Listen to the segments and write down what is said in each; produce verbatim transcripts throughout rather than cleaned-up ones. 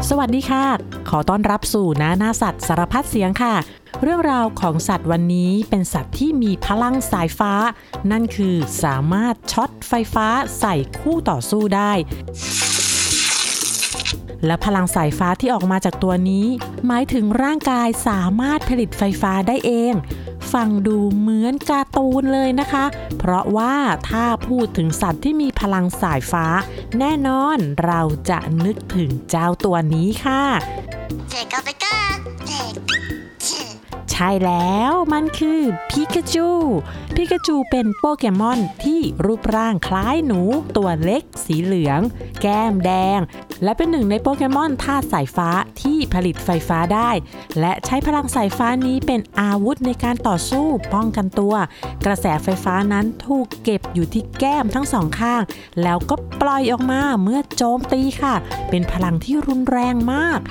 สวัสดีค่ะขอต้อนรับสู่นานาสัตว์สารพัดเสียงค่ะเรื่องราวของสัตว์วันนี้เป็นสัตว์ที่มีพลังสายฟ้านั่นคือสามารถช็อตไฟฟ้าใส่คู่ต่อสู้ได้และพลังสายฟ้าที่ออกมาจากตัวนี้หมายถึงร่างกายสามารถผลิตไฟฟ้าได้เองฟังดูเหมือนการ์ตูนเลยนะคะเพราะว่าถ้าพูดถึงสัตว์ที่มีพลังสายฟ้าแน่นอนเราจะนึกถึงเจ้าตัวนี้ค่ะใช่แล้วมันคือพิกาจูพิกาจูเป็นโปเกมอนที่รูปร่างคล้ายหนูตัวเล็กสีเหลืองแก้มแดงและเป็นหนึ่งในโปเกมอนธาตุสายฟ้าที่ผลิตไฟฟ้าได้และใช้พลังสายฟ้านี้เป็นอาวุธในการต่อสู้ป้องกันตัวกระแสไฟฟ้านั้นถูกเก็บอยู่ที่แก้มทั้งสองข้างแล้วก็ปล่อยออกมาเมื่อโจมตีค่ะเป็นพลังที่รุนแรงมาก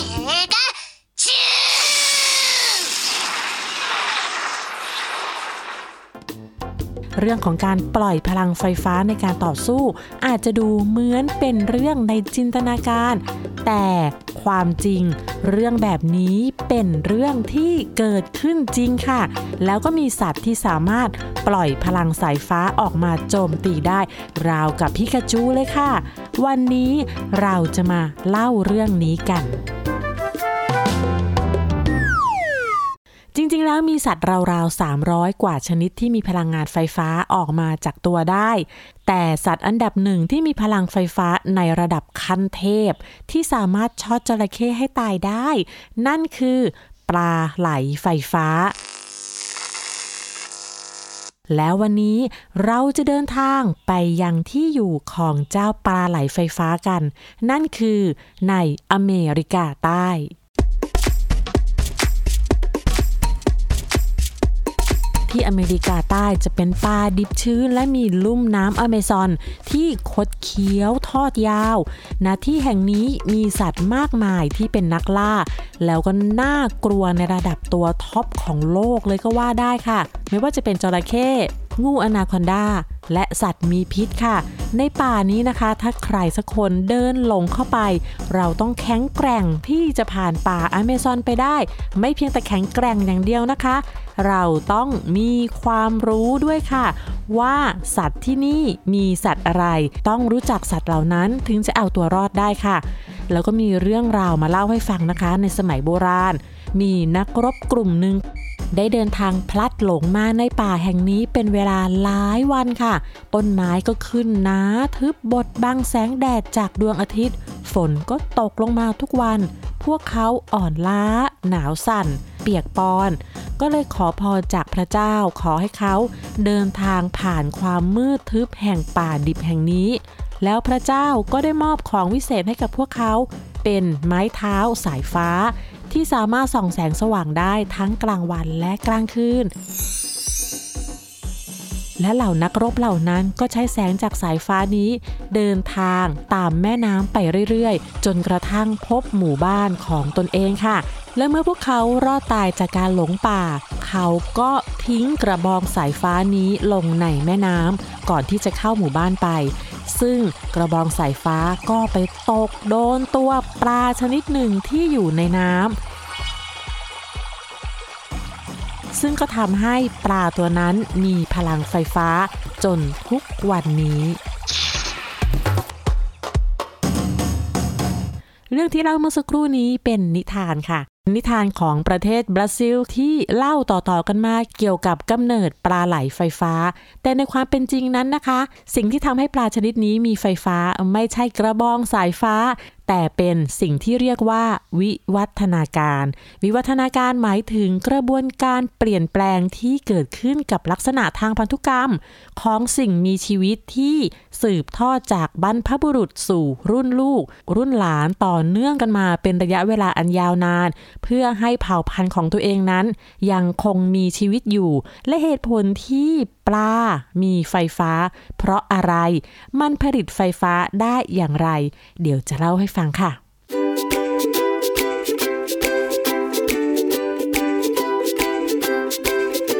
เรื่องของการปล่อยพลังไฟฟ้าในการต่อสู้อาจจะดูเหมือนเป็นเรื่องในจินตนาการแต่ความจริงเรื่องแบบนี้เป็นเรื่องที่เกิดขึ้นจริงค่ะแล้วก็มีสัตว์ที่สามารถปล่อยพลังสายฟ้าออกมาโจมตีได้ราวกับพิกาจูเลยค่ะวันนี้เราจะมาเล่าเรื่องนี้กันจริงๆแล้วมีสัตว์ราวๆสามร้อยกว่าชนิดที่มีพลังงานไฟฟ้าออกมาจากตัวได้แต่สัตว์อันดับหนึ่งที่มีพลังไฟฟ้าในระดับขั้นเทพที่สามารถช็อตจระเข้ให้ตายได้นั่นคือปลาไหลไฟฟ้าแล้ววันนี้เราจะเดินทางไปยังที่อยู่ของเจ้าปลาไหลไฟฟ้ากันนั่นคือในอเมริกาใต้ที่อเมริกาใต้จะเป็นป่าดิบชื้นและมีลุ่มน้ำอเมซอนที่คดเคี้ยวทอดยาวณที่แห่งนี้มีสัตว์มากมายที่เป็นนักล่าแล้วก็น่ากลัวในระดับตัวท็อปของโลกเลยก็ว่าได้ค่ะไม่ว่าจะเป็นจระเข้งูอนาคอนดาและสัตว์มีพิษค่ะในป่านี้นะคะถ้าใครสักคนเดินหลงเข้าไปเราต้องแข็งแกร่งที่จะผ่านป่าอเมซอนไปได้ไม่เพียงแต่แข็งแกร่งอย่างเดียวนะคะเราต้องมีความรู้ด้วยค่ะว่าสัตว์ที่นี่มีสัตว์อะไรต้องรู้จักสัตว์เหล่านั้นถึงจะเอาตัวรอดได้ค่ะแล้วก็มีเรื่องราวมาเล่าให้ฟังนะคะในสมัยโบราณมีนักรบกลุ่มหนึ่งได้เดินทางพลัดหลงมาในป่าแห่งนี้เป็นเวลาหลายวันค่ะต้นไม้ก็ขึ้นหนาทึบบดบังแสงแดดจากดวงอาทิตย์ฝนก็ตกลงมาทุกวันพวกเขาอ่อนล้าหนาวสั่นเปียกปอนก็เลยขอพรจากพระเจ้าขอให้เขาเดินทางผ่านความมืดทึบแห่งป่าดิบแห่งนี้แล้วพระเจ้าก็ได้มอบของวิเศษให้กับพวกเขาเป็นไม้เท้าสายฟ้าที่สามารถส่องแสงสว่างได้ทั้งกลางวันและกลางคืนและเหล่านักรบเหล่านั้นก็ใช้แสงจากสายฟ้านี้เดินทางตามแม่น้ำไปเรื่อยๆจนกระทั่งพบหมู่บ้านของตนเองค่ะและเมื่อพวกเขารอดตายจากการหลงป่าเขาก็ทิ้งกระบองสายฟ้านี้ลงในแม่น้ำก่อนที่จะเข้าหมู่บ้านไปซึ่งกระบองสายฟ้าก็ไปตกโดนตัวปลาชนิดหนึ่งที่อยู่ในน้ำซึ่งก็ทำให้ปลาตัวนั้นมีพลังไฟฟ้าจนทุกวันนี้เรื่องที่เล่าเมื่อสักครู่นี้เป็นนิทานค่ะนิทานของประเทศบราซิลที่เล่าต่อๆกันมาเกี่ยวกับกำเนิดปลาไหลไฟฟ้าแต่ในความเป็นจริงนั้นนะคะสิ่งที่ทำให้ปลาชนิดนี้มีไฟฟ้าไม่ใช่กระบองสายฟ้าแต่เป็นสิ่งที่เรียกว่าวิวัฒนาการวิวัฒนาการหมายถึงกระบวนการเปลี่ยนแปลงที่เกิดขึ้นกับลักษณะทางพันธุกรรมของสิ่งมีชีวิตที่สืบทอดจากบรรพบุรุษสู่รุ่นลูกรุ่นหลานต่อเนื่องกันมาเป็นระยะเวลาอันยาวนานเพื่อให้เผ่าพันธุ์ของตัวเองนั้นยังคงมีชีวิตอยู่และเหตุผลที่ปลามีไฟฟ้าเพราะอะไรมันผลิตไฟฟ้าได้อย่างไรเดี๋ยวจะเล่าให้ฟังค่ะป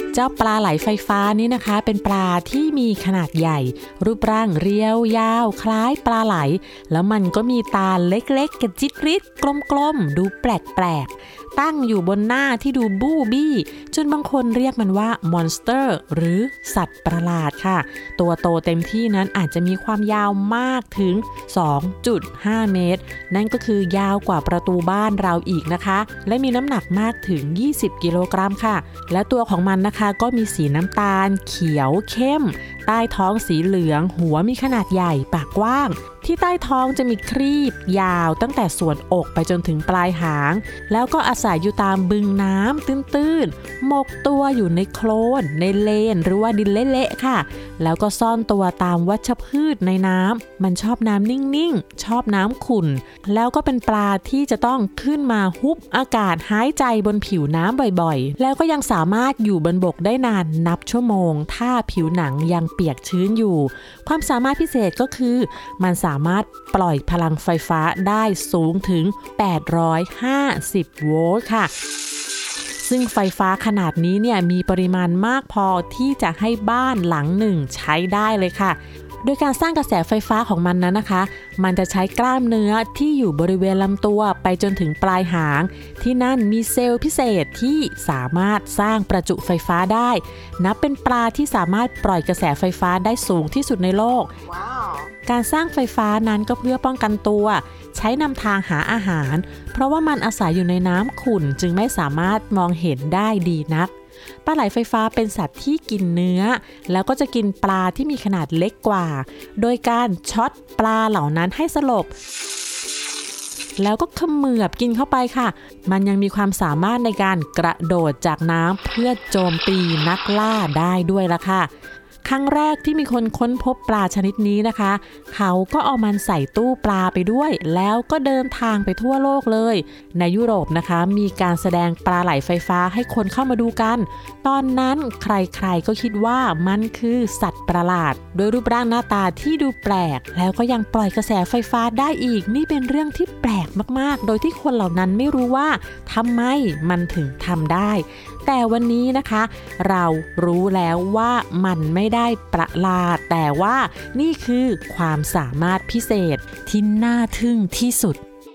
เจ้าปลาไหลไฟฟ้านี้นะคะเป็นปลาที่มีขนาดใหญ่รูปร่างเรียวยาวคล้ายปลาไหลแล้วมันก็มีตาเล็กๆกระจิตริดกลมๆดูแปลกๆตั้งอยู่บนหน้าที่ดูบู้บี้จนบางคนเรียกมันว่ามอนสเตอร์หรือสัตว์ประหลาดค่ะตัวโตเต็มที่นั้นอาจจะมีความยาวมากถึง สองจุดห้า เมตรนั่นก็คือยาวกว่าประตูบ้านเราอีกนะคะและมีน้ำหนักมากถึงยี่สิบกิโลกรัมค่ะและตัวของมันนะคะก็มีสีน้ำตาลเขียวเข้มใต้ท้องสีเหลืองหัวมีขนาดใหญ่ปากกว้างที่ใต้ท้องจะมีครีบยาวตั้งแต่ส่วนอกไปจนถึงปลายหางแล้วก็อาศัยอยู่ตามบึงน้ำตื้นๆหมกตัวอยู่ในโคลนในเลนหรือว่าดินเละๆค่ะแล้วก็ซ่อนตัวตามวัชพืชในน้ำมันชอบน้ำนิ่งๆชอบน้ำขุ่นแล้วก็เป็นปลาที่จะต้องขึ้นมาฮุบอากาศหายใจบนผิวน้ำบ่อยๆแล้วก็ยังสามารถอยู่บนบกได้นานนับชั่วโมงถ้าผิวหนังยังเปียกชื้นอยู่ความสามารถพิเศษก็คือมันสามารถปล่อยพลังไฟฟ้าได้สูงถึงแปดร้อยห้าสิบโวลต์ค่ะซึ่งไฟฟ้าขนาดนี้เนี่ยมีปริมาณมากพอที่จะให้บ้านหลังหนึ่งใช้ได้เลยค่ะโดยการสร้างกระแสไฟฟ้าของมันนั้นนะคะมันจะใช้กล้ามเนื้อที่อยู่บริเวณลำตัวไปจนถึงปลายหางที่นั่นมีเซลล์พิเศษที่สามารถสร้างประจุไฟฟ้าได้นับเป็นปลาที่สามารถปล่อยกระแสไฟฟ้าได้สูงที่สุดในโลก wow. การสร้างไฟฟ้านั้นก็เพื่อป้องกันตัวใช้นำทางหาอาหารเพราะว่ามันอาศัยอยู่ในน้ำขุ่นจึงไม่สามารถมองเห็นได้ดีนักปลาไหลไฟฟ้าเป็นสัตว์ที่กินเนื้อแล้วก็จะกินปลาที่มีขนาดเล็กกว่าโดยการช็อตปลาเหล่านั้นให้สลบแล้วก็เขมือบกินเข้าไปค่ะมันยังมีความสามารถในการกระโดดจากน้ำเพื่อโจมตีนักล่าได้ด้วยล่ะค่ะครั้งแรกที่มีคนค้นพบปลาชนิดนี้นะคะเขาก็เอามันใส่ตู้ปลาไปด้วยแล้วก็เดินทางไปทั่วโลกเลยในยุโรปนะคะมีการแสดงปลาไหลไฟฟ้าให้คนเข้ามาดูกันตอนนั้นใครๆก็คิดว่ามันคือสัตว์ประหลาดโดยรูปร่างหน้าตาที่ดูแปลกแล้วก็ยังปล่อยกระแสไฟฟ้าได้อีกนี่เป็นเรื่องที่แปลกมากๆโดยที่คนเหล่านั้นไม่รู้ว่าทำไมมันถึงทำได้แต่วันนี้นะคะเรารู้แล้วว่ามันไม่ได้ประหลาดแต่ว่านี่คือความสามารถพิเศษที่น่าทึ่งที่สุด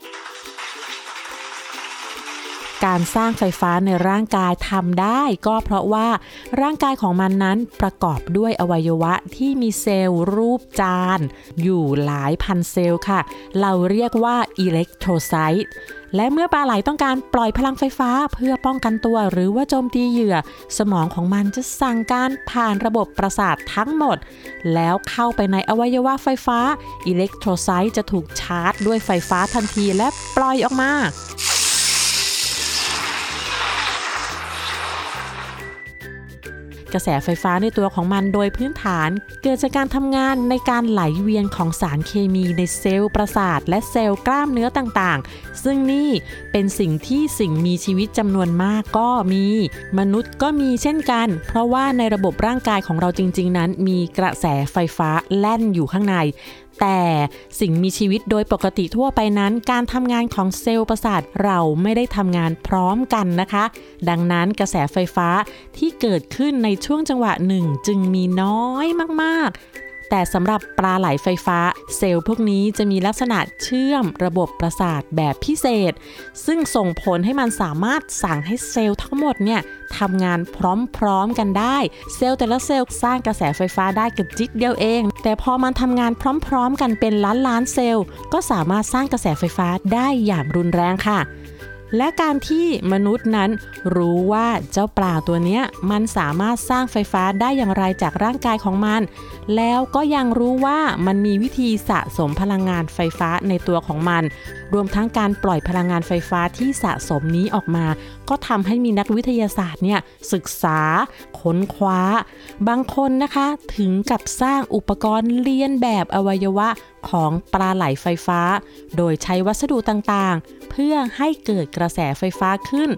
การสร้างไฟฟ้าในร่างกายทำได้ก็เพราะว่าร่างกายของมันนั้นประกอบด้วยอวัยวะที่มีเซลล์รูปจานอยู่หลายพันเซลล์ค่ะเราเรียกว่าอิเล็กโทรไซต์และเมื่อปลาไหลต้องการปล่อยพลังไฟฟ้าเพื่อป้องกันตัวหรือว่าโจมตีเหยื่อสมองของมันจะสั่งการผ่านระบบประสาททั้งหมดแล้วเข้าไปในอวัยวะไฟฟ้าอิเล็กโทรไซต์จะถูกชาร์จด้วยไฟฟ้าทันทีและปล่อยออกมากระแสไฟฟ้าในตัวของมันโดยพื้นฐานเกิดจากการทำงานในการไหลเวียนของสารเคมีในเซลล์ประสาทและเซลล์กล้ามเนื้อต่างๆซึ่งนี่เป็นสิ่งที่สิ่งมีชีวิตจำนวนมากก็มีมนุษย์ก็มีเช่นกันเพราะว่าในระบบร่างกายของเราจริงๆนั้นมีกระแสไฟฟ้าแล่นอยู่ข้างในแต่สิ่งมีชีวิตโดยปกติทั่วไปนั้นการทำงานของเซลล์ประสาทเราไม่ได้ทำงานพร้อมกันนะคะดังนั้นกระแสไฟฟ้าที่เกิดขึ้นในช่วงจังหวะหนึ่งจึงมีน้อยมากๆแต่สำหรับปลาไหลไฟฟ้าเซลล์พวกนี้จะมีลักษณะเชื่อมระบบประสาทแบบพิเศษซึ่งส่งผลให้มันสามารถสั่งให้เซลล์ทั้งหมดเนี่ยทำงานพร้อมๆกันได้เซลล์แต่ละเซลล์สร้างกระแสไฟฟ้าได้กระจิตเดียวเองแต่พอมันทำงานพร้อมๆกันเป็นล้านๆเซลล์ก็สามารถสร้างกระแสไฟฟ้าได้อย่างรุนแรงค่ะและการที่มนุษย์นั้นรู้ว่าเจ้าปลาตัวนี้มันสามารถสร้างไฟฟ้าได้อย่างไรจากร่างกายของมันแล้วก็ยังรู้ว่ามันมีวิธีสะสมพลังงานไฟฟ้าในตัวของมันรวมทั้งการปล่อยพลังงานไฟฟ้าที่สะสมนี้ออกมาก็ทำให้มีนักวิทยาศาสตร์เนี่ยศึกษาค้นคว้าบางคนนะคะถึงกับสร้างอุปกรณ์เลียนแบบอวัยวะของปลาไหลไฟฟ้าโดยใช้วัสดุต่างๆเพื่อให้เกิดกระแสไฟฟ้าขึ้น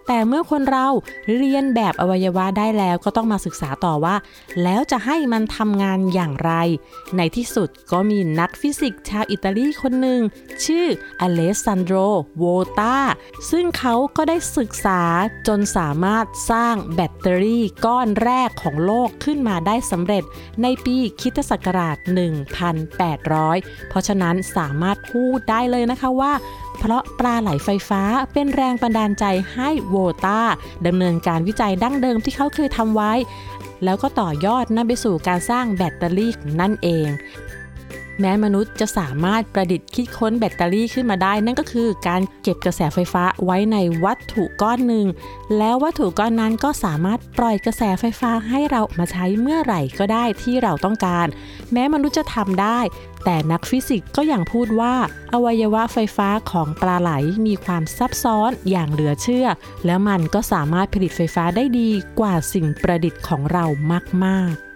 แต่เมื่อคนเราเรียนแบบอวัยวะได้แล้วก็ต้องมาศึกษาต่อว่าแล้วจะให้มันทำงานอย่างไรในที่สุดก็มีนักฟิสิกส์ชาวอิตาลีคนหนึ่งชื่ออเลสซานโดร โวตาซึ่งเขาก็ได้ศึกษาจนสามารถสร้างแบตเตอรี่ก้อนแรกของโลกขึ้นมาได้สำเร็จในปีคริสตศักราช หนึ่งพันแปดร้อย เพราะฉะนั้นสามารถพูดได้เลยนะคะว่าเพราะปลาไหลไฟฟ้าเป็นแรงบันดาลใจให้โวตาดำเนินการวิจัยดั้งเดิมที่เขาเคยทำไว้แล้วก็ต่อยอดนำไปสู่การสร้างแบตเตอรี่นั่นเองแม้มนุษย์จะสามารถประดิษฐ์คิดค้นแบตเตอรี่ขึ้นมาได้นั่นก็คือการเก็บกระแสไฟฟ้าไว้ในวัตถุก้อนหนึ่งแล้ววัตถุก้อนนั้นก็สามารถปล่อยกระแสไฟฟ้าให้เรามาใช้เมื่อไหร่ก็ได้ที่เราต้องการแม้มนุษย์จะทำได้แต่นักฟิสิกส์ก็ยังพูดว่าอวัยวะไฟฟ้าของปลาไหลมีความซับซ้อนอย่างเหลือเชื่อแล้วมันก็สามารถผลิตไฟฟ้าได้ดีกว่าสิ่งประดิษฐ์ของเรามากๆ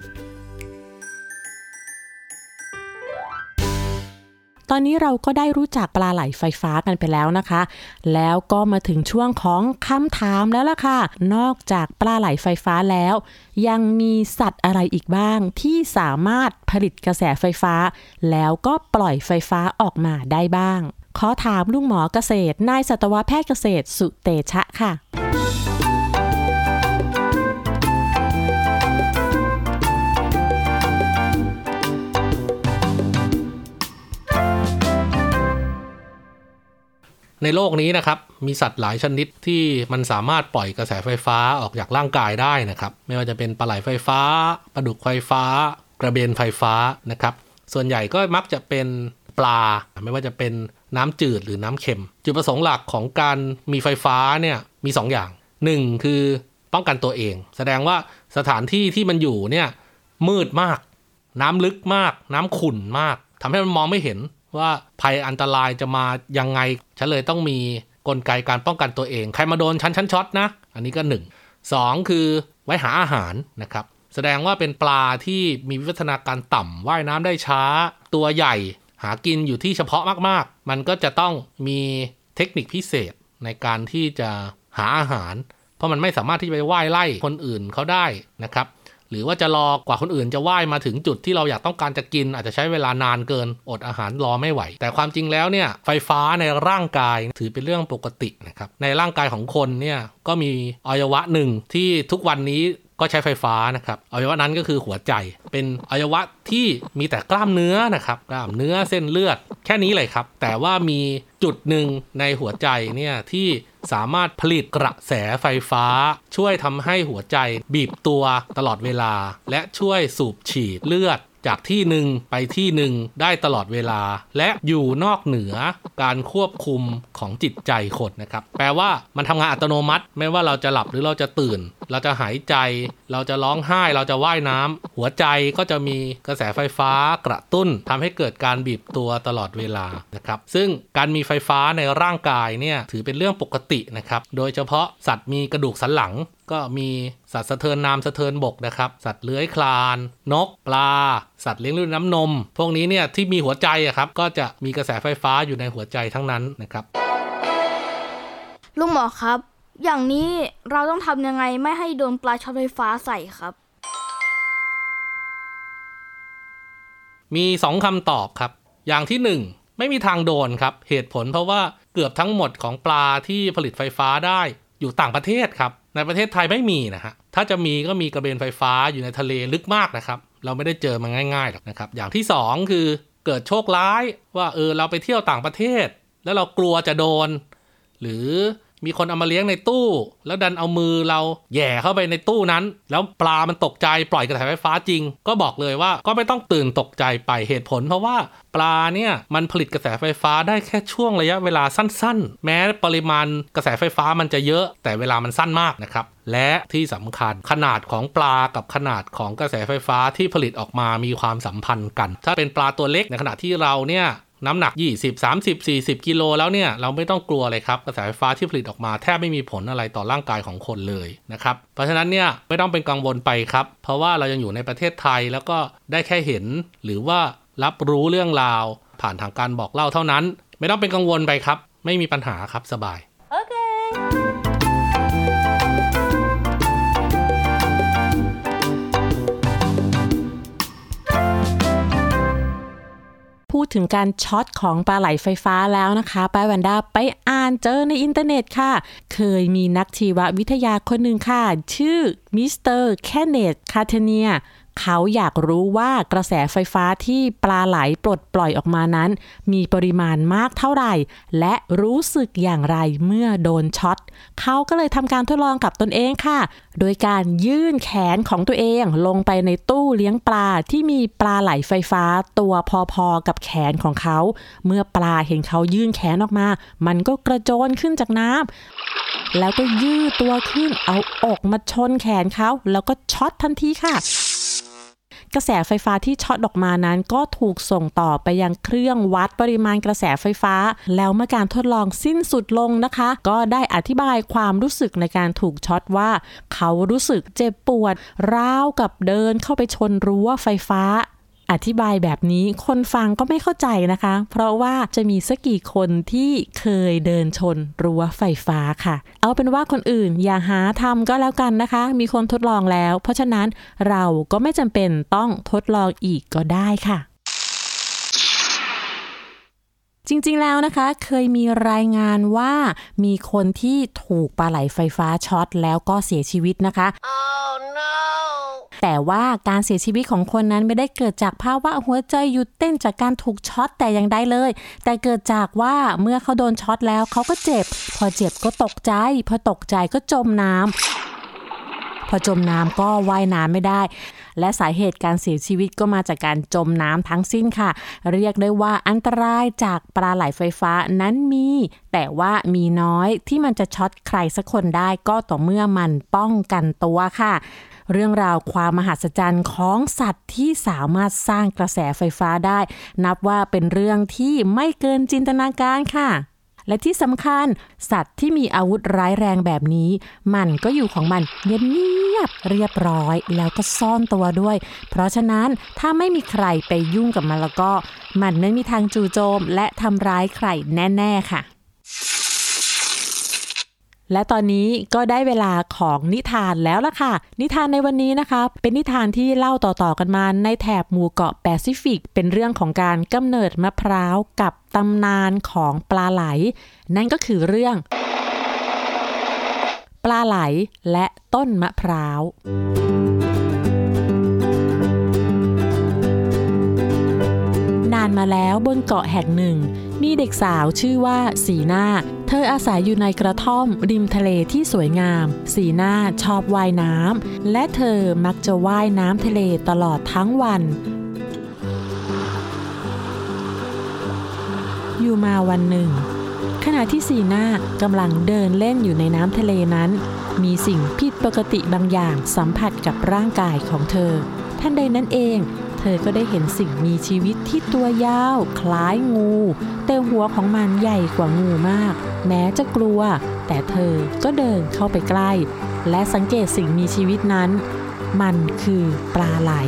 ตอนนี้เราก็ได้รู้จักปลาไหลไฟฟ้ากันไปแล้วนะคะแล้วก็มาถึงช่วงของคำถามแล้วล่ะค่ะนอกจากปลาไหลไฟฟ้าแล้วยังมีสัตว์อะไรอีกบ้างที่สามารถผลิตกระแสไฟฟ้าแล้วก็ปล่อยไฟฟ้าออกมาได้บ้างขอถามลุงหมอเกษตรนายสัตวแพทย์เกษตรสุเตชะค่ะในโลกนี้นะครับมีสัตว์หลายชนิดที่มันสามารถปล่อยกระแสไฟฟ้าออกจากร่างกายได้นะครับไม่ว่าจะเป็นปลาไหลไฟฟ้าปลาดุกไฟฟ้ากระเบนไฟฟ้านะครับส่วนใหญ่ก็มักจะเป็นปลาไม่ว่าจะเป็นน้ำจืดหรือน้ำเค็มจุดประสงค์หลักของการมีไฟฟ้าเนี่ยมีสองอย่างหนึ่งคือป้องกันตัวเองแสดงว่าสถานที่ที่มันอยู่เนี่ยมืดมากน้ำลึกมากน้ำขุ่นมากทำให้มันมองไม่เห็นว่าภัยอันตรายจะมายังไงฉันเลยต้องมีกลไกการป้องกันตัวเองใครมาโดนฉันฉันช็อตนะอันนี้ก็หนึ่งสองคือไว้หาอาหารนะครับแสดงว่าเป็นปลาที่มีวิวัฒนาการต่ำว่ายน้ำได้ช้าตัวใหญ่หากินอยู่ที่เฉพาะมากๆมันก็จะต้องมีเทคนิคพิเศษในการที่จะหาอาหารเพราะมันไม่สามารถที่จะไปว่ายไล่คนอื่นเขาได้นะครับหรือว่าจะรอกว่าคนอื่นจะว่ายมาถึงจุดที่เราอยากต้องการจะกินอาจจะใช้เวลานานเกินอดอาหารรอไม่ไหวแต่ความจริงแล้วเนี่ยไฟฟ้าในร่างกายถือเป็นเรื่องปกตินะครับในร่างกายของคนเนี่ยก็มีอวัยวะหนึ่งที่ทุกวันนี้ก็ใช้ไฟฟ้านะครับอวัยวะนั้นก็คือหัวใจเป็นอวัยวะที่มีแต่กล้ามเนื้อนะครับกล้ามเนื้อเส้นเลือดแค่นี้เลยครับแต่ว่ามีจุดหนึ่งในหัวใจเนี่ยที่สามารถผลิตกระแสไฟฟ้าช่วยทำให้หัวใจบีบตัวตลอดเวลาและช่วยสูบฉีดเลือดจากที่หนึ่งไปที่หนึ่งได้ตลอดเวลาและอยู่นอกเหนือการควบคุมของจิตใจคนนะครับแปลว่ามันทำงานอัตโนมัติไม่ว่าเราจะหลับหรือเราจะตื่นเราจะหายใจเราจะร้องไห้เราจะว่ายน้ำหัวใจก็จะมีกระแสไฟฟ้ากระตุ้นทำให้เกิดการบีบตัวตลอดเวลานะครับซึ่งการมีไฟฟ้าในร่างกายเนี่ยถือเป็นเรื่องปกตินะครับโดยเฉพาะสัตว์มีกระดูกสันหลังก็มีสัตว์สะเทินน้ำสะเทินบกนะครับสัตว์เลื้อยคลานนกปลาสัตว์เลี้ยงด้วยน้ำนมพวกนี้เนี่ยที่มีหัวใจอะครับก็จะมีกระแสไฟฟ้าอยู่ในหัวใจทั้งนั้นนะครับลุงหมอครับอย่างนี้เราต้องทำยังไงไม่ให้โดนปลาช็อตไฟฟ้าใส่ครับมีสองคำตอบครับอย่างที่หนึ่งไม่มีทางโดนครับเหตุผลเพราะว่าเกือบทั้งหมดของปลาที่ผลิตไฟฟ้าได้อยู่ต่างประเทศครับในประเทศไทยไม่มีนะฮะถ้าจะมีก็มีกระเบนไฟฟ้าอยู่ในทะเลลึกมากนะครับเราไม่ได้เจอมันง่ายๆหรอกนะครับอย่างที่สองคือเกิดโชคร้ายว่าเออเราไปเที่ยวต่างประเทศแล้วเรากลัวจะโดนหรือมีคนเอามาเลี้ยงในตู้แล้วดันเอามือเราแหย่เข้าไปในตู้นั้นแล้วปลามันตกใจปล่อยกระแสไฟฟ้าจริงก็บอกเลยว่าก็ไม่ต้องตื่นตกใจไปเหตุผลเพราะว่าปลาเนี่ยมันผลิตกระแสไฟฟ้าได้แค่ช่วงระยะเวลาสั้นๆแม้ปริมาณกระแสไฟฟ้ามันจะเยอะแต่เวลามันสั้นมากนะครับและที่สำคัญขนาดของปลากับขนาดของกระแสไฟฟ้าที่ผลิตออกมามีความสัมพันธ์กันถ้าเป็นปลาตัวเล็กในขณะที่เราเนี่ยน้ำหนักยี่สิบ สามสิบ สี่สิบกิโลแล้วเนี่ยเราไม่ต้องกลัวเลยครับกระแสไฟฟ้าที่ผลิตออกมาแทบไม่มีผลอะไรต่อร่างกายของคนเลยนะครับเพราะฉะนั้นเนี่ยไม่ต้องเป็นกังวลไปครับเพราะว่าเรายังอยู่ในประเทศไทยแล้วก็ได้แค่เห็นหรือว่ารับรู้เรื่องราวผ่านทางการบอกเล่าเท่านั้นไม่ต้องเป็นกังวลไปครับไม่มีปัญหาครับสบายโอเคพูดถึงการช็อตของปลาไหลไฟฟ้าแล้วนะคะป้าแวนด้าไปอ่านเจอในอินเทอร์เน็ตค่ะเคยมีนักชีววิทยาคนหนึ่งค่ะชื่อมิสเตอร์แคนเนธคาเทเนียเขาอยากรู้ว่ากระแสไฟฟ้าที่ปลาไหลปลดปล่อยออกมานั้นมีปริมาณมากเท่าไหร่และรู้สึกอย่างไรเมื่อโดนช็อตเขาก็เลยทำการทดลองกับตนเองค่ะโดยการยื่นแขนของตัวเองลงไปในตู้เลี้ยงปลาที่มีปลาไหลไฟฟ้าตัวพอๆกับแขนของเขาเมื่อปลาเห็นเขายื่นแขนออกมามันก็กระโจนขึ้นจากน้ำแล้วก็ยืดตัวขึ้นเอาอกมาชนแขนเขาแล้วก็ช็อตทันทีค่ะกระแสไฟฟ้าที่ช็อตออกมานั้นก็ถูกส่งต่อไปยังเครื่องวัดปริมาณกระแสไฟฟ้าแล้วเมื่อการทดลองสิ้นสุดลงนะคะก็ได้อธิบายความรู้สึกในการถูกช็อตว่าเขารู้สึกเจ็บปวดราวกับเดินเข้าไปชนรั้วไฟฟ้าอธิบายแบบนี้คนฟังก็ไม่เข้าใจนะคะเพราะว่าจะมีสักกี่คนที่เคยเดินชนรั้วไฟฟ้าค่ะเอาเป็นว่าคนอื่นอย่าหาทำก็แล้วกันนะคะมีคนทดลองแล้วเพราะฉะนั้นเราก็ไม่จำเป็นต้องทดลองอีกก็ได้ค่ะจริงๆแล้วนะคะเคยมีรายงานว่ามีคนที่ถูกปลาไหลไฟฟ้าช็อตแล้วก็เสียชีวิตนะคะ oh, no. แต่ว่าการเสียชีวิตของคนนั้นไม่ได้เกิดจากภาวะหัวใจหยุดเต้นจากการถูกช็อตแต่อย่างใดเลยแต่เกิดจากว่าเมื่อเขาโดนช็อตแล้วเขาก็เจ็บพอเจ็บก็ตกใจพอตกใจก็จมน้ำพอจมน้ำก็ว่ายน้ำไม่ได้และสาเหตุการเสียชีวิตก็มาจากการจมน้ำทั้งสิ้นค่ะเรียกได้ว่าอันตรายจากปลาไหลไฟฟ้านั้นมีแต่ว่ามีน้อยที่มันจะช็อตใครสักคนได้ก็ต่อเมื่อมันป้องกันตัวค่ะเรื่องราวความมหัศจรรย์ของสัตว์ที่สามารถสร้างกระแสไฟฟ้าได้นับว่าเป็นเรื่องที่ไม่เกินจินตนาการค่ะและที่สำคัญสัตว์ที่มีอาวุธร้ายแรงแบบนี้มันก็อยู่ของมันเงียบๆเรียบร้อยแล้วก็ซ่อนตัวด้วยเพราะฉะนั้นถ้าไม่มีใครไปยุ่งกับมันแล้วก็มันไม่มีทางจู่โจมและทำร้ายใครแน่ๆค่ะและตอนนี้ก็ได้เวลาของนิทานแล้วล่ะค่ะนิทานในวันนี้นะคะเป็นนิทานที่เล่าต่อๆกันมาในแถบหมู่เกาะแปซิฟิกเป็นเรื่องของการกำเนิดมะพร้าวกับตำนานของปลาไหลนั่นก็คือเรื่องปลาไหลและต้นมะพร้าวนานมาแล้วบนเกาะแห่งหนึ่งมีเด็กสาวชื่อว่าสีหน้าเธออาศัยอยู่ในกระท่อมริมทะเลที่สวยงามสีหน้าชอบว่ายน้ำและเธอมักจะว่ายน้ำทะเลตลอดทั้งวันอยู่มาวันหนึ่งขณะที่สีหน้ากำลังเดินเล่นอยู่ในน้ำทะเลนั้นมีสิ่งผิดปกติบางอย่างสัมผัสกับร่างกายของเธอทันใดนั้นเองเธอก็ได้เห็นสิ่งมีชีวิตที่ตัวยาวคล้ายงูแต่หัวของมันใหญ่กว่างูมากแม้จะกลัวแต่เธอก็เดินเข้าไปใกล้และสังเกตสิ่งมีชีวิตนั้นมันคือปลาไหล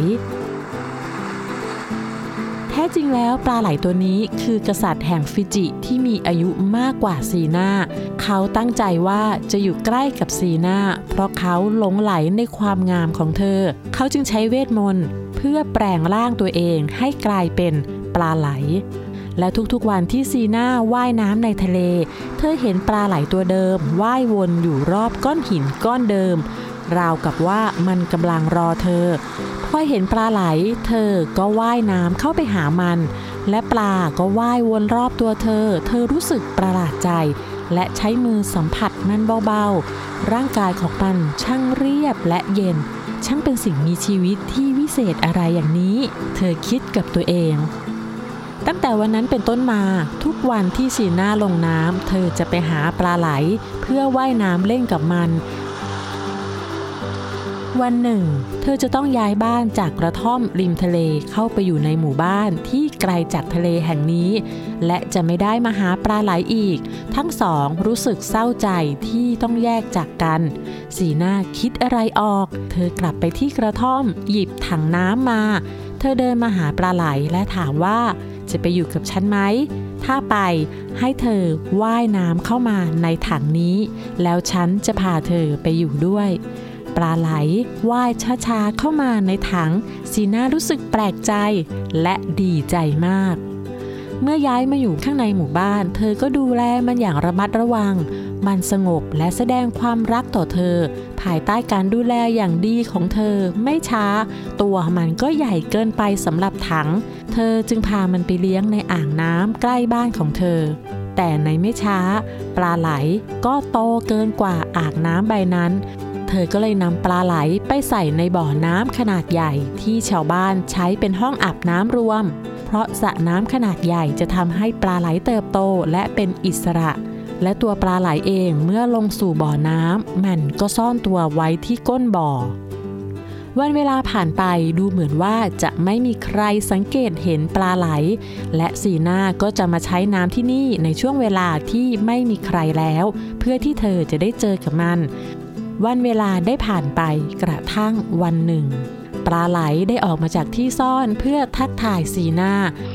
แท้จริงแล้วปลาไหลตัวนี้คือกษัตริย์แห่งฟิจิที่มีอายุมากกว่าซีน่าเขาตั้งใจว่าจะอยู่ใกล้กับซีน่าเพราะเขาหลงไหลในความงามของเธอเขาจึงใช้เวทมนต์เพื่อแปลงร่างตัวเองให้กลายเป็นปลาไหลและทุกๆวันที่ซีน่าว่ายน้ำในทะเลเธอเห็นปลาไหลตัวเดิมว่ายวนอยู่รอบก้อนหินก้อนเดิมราวกับว่ามันกำลังรอเธอพอเห็นปลาไหลเธอก็ว่ายน้ำเข้าไปหามันและปลาก็ว่ายวนรอบตัวเธอเธอรู้สึกประหลาดใจและใช้มือสัมผัสมันเบาๆร่างกายของมันช่างเรียบและเย็นช่างเป็นสิ่งมีชีวิตที่วิเศษอะไรอย่างนี้เธอคิดกับตัวเองตั้งแต่วันนั้นเป็นต้นมาทุกวันที่สีหน้าลงน้ำเธอจะไปหาปลาไหลเพื่อว่ายน้ำเล่นกับมันวันหนึ่งเธอจะต้องย้ายบ้านจากกระท่อมริมทะเลเข้าไปอยู่ในหมู่บ้านที่ไกลจากทะเลแห่งนี้และจะไม่ได้มาหาปลาไหลอีกทั้งสองรู้สึกเศร้าใจที่ต้องแยกจากกันสีหน้าคิดอะไรออกเธอกลับไปที่กระท่อมหยิบถังน้ำมาเธอเดินมาหาปลาไหลและถามว่าจะไปอยู่กับฉันไหมถ้าไปให้เธอว่ายน้ำเข้ามาในถังนี้แล้วฉันจะพาเธอไปอยู่ด้วยปลาไหลว่ายช้าๆเข้ามาในถังสีหน้ารู้สึกแปลกใจและดีใจมากเมื่อย้ายมาอยู่ข้างในหมู่บ้านเธอก็ดูแลมันอย่างระมัดระวังมันสงบและแสดงความรักต่อเธอภายใต้การดูแลอย่างดีของเธอไม่ช้าตัวมันก็ใหญ่เกินไปสำหรับถังเธอจึงพามันไปเลี้ยงในอ่างน้ำใกล้บ้านของเธอแต่ในไม่ช้าปลาไหลก็โตเกินกว่าอ่างน้ำใบนั้นเธอก็เลยนำปลาไหลไปใส่ในบ่อน้ำขนาดใหญ่ที่ชาวบ้านใช้เป็นห้องอาบน้ำรวมเพราะสระน้ำขนาดใหญ่จะทำให้ปลาไหลเติบโตและเป็นอิสระและตัวปลาไหลเองเมื่อลงสู่บ่อน้ำมันก็ซ่อนตัวไว้ที่ก้นบ่อวันเวลาผ่านไปดูเหมือนว่าจะไม่มีใครสังเกตเห็นปลาไหลและสีหน้าก็จะมาใช้น้ำที่นี่ในช่วงเวลาที่ไม่มีใครแล้วเพื่อที่เธอจะได้เจอกับมันวันเวลาได้ผ่านไปกระทั่งวันหนึ่งปลาไหลได้ออกมาจากที่ซ่อนเพื่อทักทายสีหน้า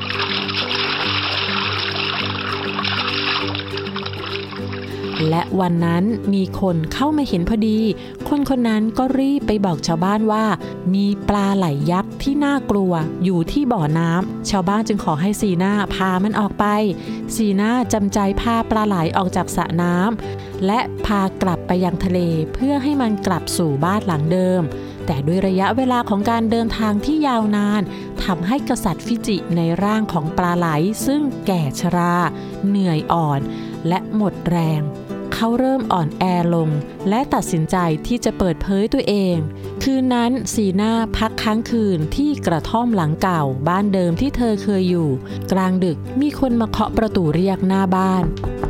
และวันนั้นมีคนเข้ามาเห็นพอดีคนคนนั้นก็รีบไปบอกชาวบ้านว่ามีปลาไหลยักษ์ที่น่ากลัวอยู่ที่บ่อน้ำชาวบ้านจึงขอให้สีหน้าพามันออกไปสีหน้าจำใจพาปลาไหลออกจากสระน้ำและพากลับไปยังทะเลเพื่อให้มันกลับสู่บ้านหลังเดิมแต่ด้วยระยะเวลาของการเดินทางที่ยาวนานทำให้กษัตริย์ฟิจิในร่างของปลาไหลซึ่งแก่ชราเหนื่อยอ่อนและหมดแรงเขาเริ่มอ่อนแอลงและตัดสินใจที่จะเปิดเผยตัวเองคืนนั้นสีหน้าพักค้างคืนที่กระท่อมหลังเก่าบ้านเดิมที่เธอเคยอยู่กลางดึกมีคนมาเคาะประตูเรียกหน้าบ้าน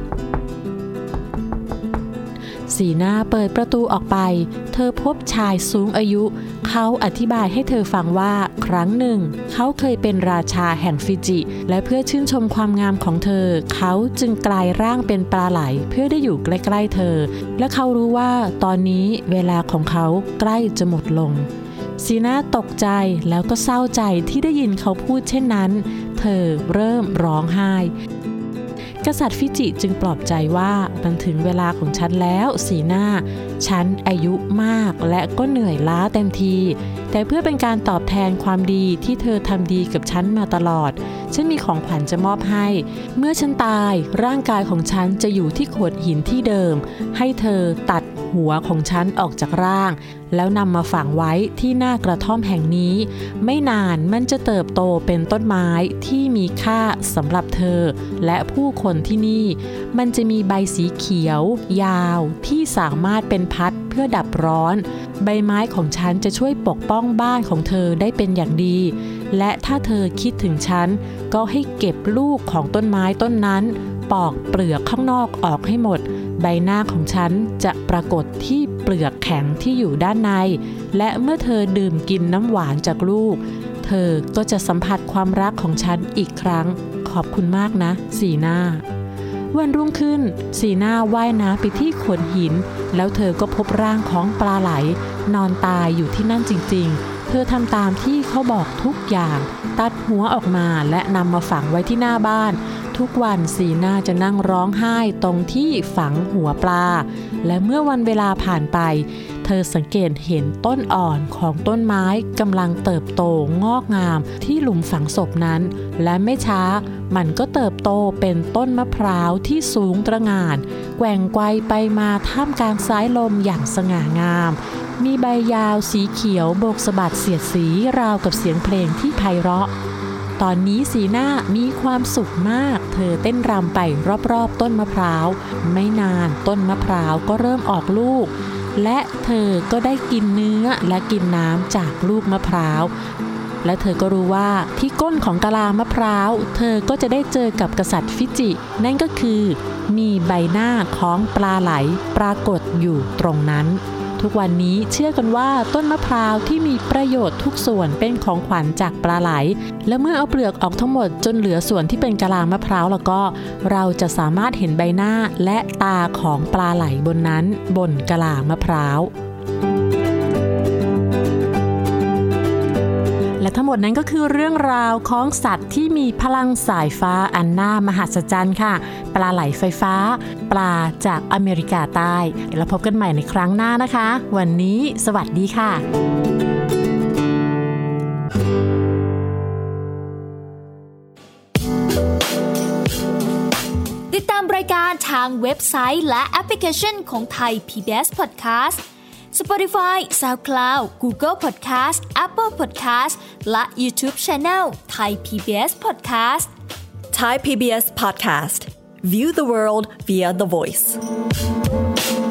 สีหน้าเปิดประตูออกไปเธอพบชายสูงอายุเขาอธิบายให้เธอฟังว่าครั้งหนึ่งเขาเคยเป็นราชาแห่งฟิจิและเพื่อชื่นชมความงามของเธอเขาจึงกลายร่างเป็นปลาไหลเพื่อได้อยู่ใกล้ๆเธอและเขารู้ว่าตอนนี้เวลาของเขาใกล้จะหมดลงสีหน้าตกใจแล้วก็เศร้าใจที่ได้ยินเขาพูดเช่นนั้นเธอเริ่มร้องไห้กษัตริย์ฟิจิจึงปลอบใจว่ามันถึงเวลาของฉันแล้วสีหน้าฉันอายุมากและก็เหนื่อยล้าเต็มทีแต่เพื่อเป็นการตอบแทนความดีที่เธอทำดีกับฉันมาตลอดฉันมีของขวัญจะมอบให้เมื่อฉันตายร่างกายของฉันจะอยู่ที่โขดหินที่เดิมให้เธอตัดหัวของฉันออกจากร่างแล้วนำมาฝังไว้ที่หน้ากระท่อมแห่งนี้ไม่นานมันจะเติบโตเป็นต้นไม้ที่มีค่าสำหรับเธอและผู้คนที่นี่มันจะมีใบสีเขียวยาวที่สามารถเป็นพัดเพื่อดับร้อนใบไม้ของฉันจะช่วยปกป้องบ้านของเธอได้เป็นอย่างดีและถ้าเธอคิดถึงฉันก็ให้เก็บลูกของต้นไม้ต้นนั้นปอกเปลือกข้างนอกออกให้หมดใบหน้าของฉันจะปรากฏที่เปลือกแข็งที่อยู่ด้านในและเมื่อเธอดื่มกินน้ำหวานจากลูกเธอก็จะสัมผัสความรักของฉันอีกครั้งขอบคุณมากนะสีหน้าวันรุ่งขึ้นสีหน้าว่ายน้ำไปที่โขดหินแล้วเธอก็พบร่างของปลาไหลนอนตายอยู่ที่นั่นจริงๆเธอทำตามที่เขาบอกทุกอย่างตัดหัวออกมาและนำมาฝังไว้ที่หน้าบ้านทุกวันสีหน้าจะนั่งร้องไห้ตรงที่ฝังหัวปลาและเมื่อวันเวลาผ่านไปเธอสังเกตเห็นต้นอ่อนของต้นไม้กำลังเติบโตงอกงามที่หลุมฝังศพนั้นและไม่ช้ามันก็เติบโตเป็นต้นมะพร้าวที่สูงตระหง่านแกว่งไกวไปมาท่ามกลางสายลมอย่างสง่างามมีใบยาวสีเขียวโบกสะบัดเสียดสีราวกับเสียงเพลงที่ไพเราะตอนนี้สีหน้ามีความสุขมากเธอเต้นรำไปรอบๆต้นมะพร้าวไม่นานต้นมะพร้าวก็เริ่มออกลูกและเธอก็ได้กินเนื้อและกินน้ำจากลูกมะพร้าวและเธอก็รู้ว่าที่ก้นของกะลามะพร้าวเธอก็จะได้เจอกับกษัตริย์ฟิจินั่นก็คือมีใบหน้าของปลาไหลปรากฏอยู่ตรงนั้นทุกวันนี้เชื่อกันว่าต้นมะพร้าวที่มีประโยชน์ทุกส่วนเป็นของขวัญจากปลาไหลและเมื่อเอาเปลือกออกทั้งหมดจนเหลือส่วนที่เป็นกะลามะพร้าวแล้วก็เราจะสามารถเห็นใบหน้าและตาของปลาไหลบนนั้นบนกะลามะพร้าวและทั้งหมดนั้นก็คือเรื่องราวของสัตว์ที่มีพลังสายฟ้าอันน่ามหัศจรรย์ค่ะปลาไหลไฟฟ้าปลาจากอเมริกาใต้แล้วพบกันใหม่ในครั้งหน้านะคะวันนี้สวัสดีค่ะติดตามรายการทางเว็บไซต์และแอปพลิเคชันของไทย พี บี เอส Podcast Spotify, SoundCloud, Google Podcast, Apple Podcast และ YouTube Channel Thai พี บี เอส Podcast Thai พี บี เอส Podcast View the world via the voice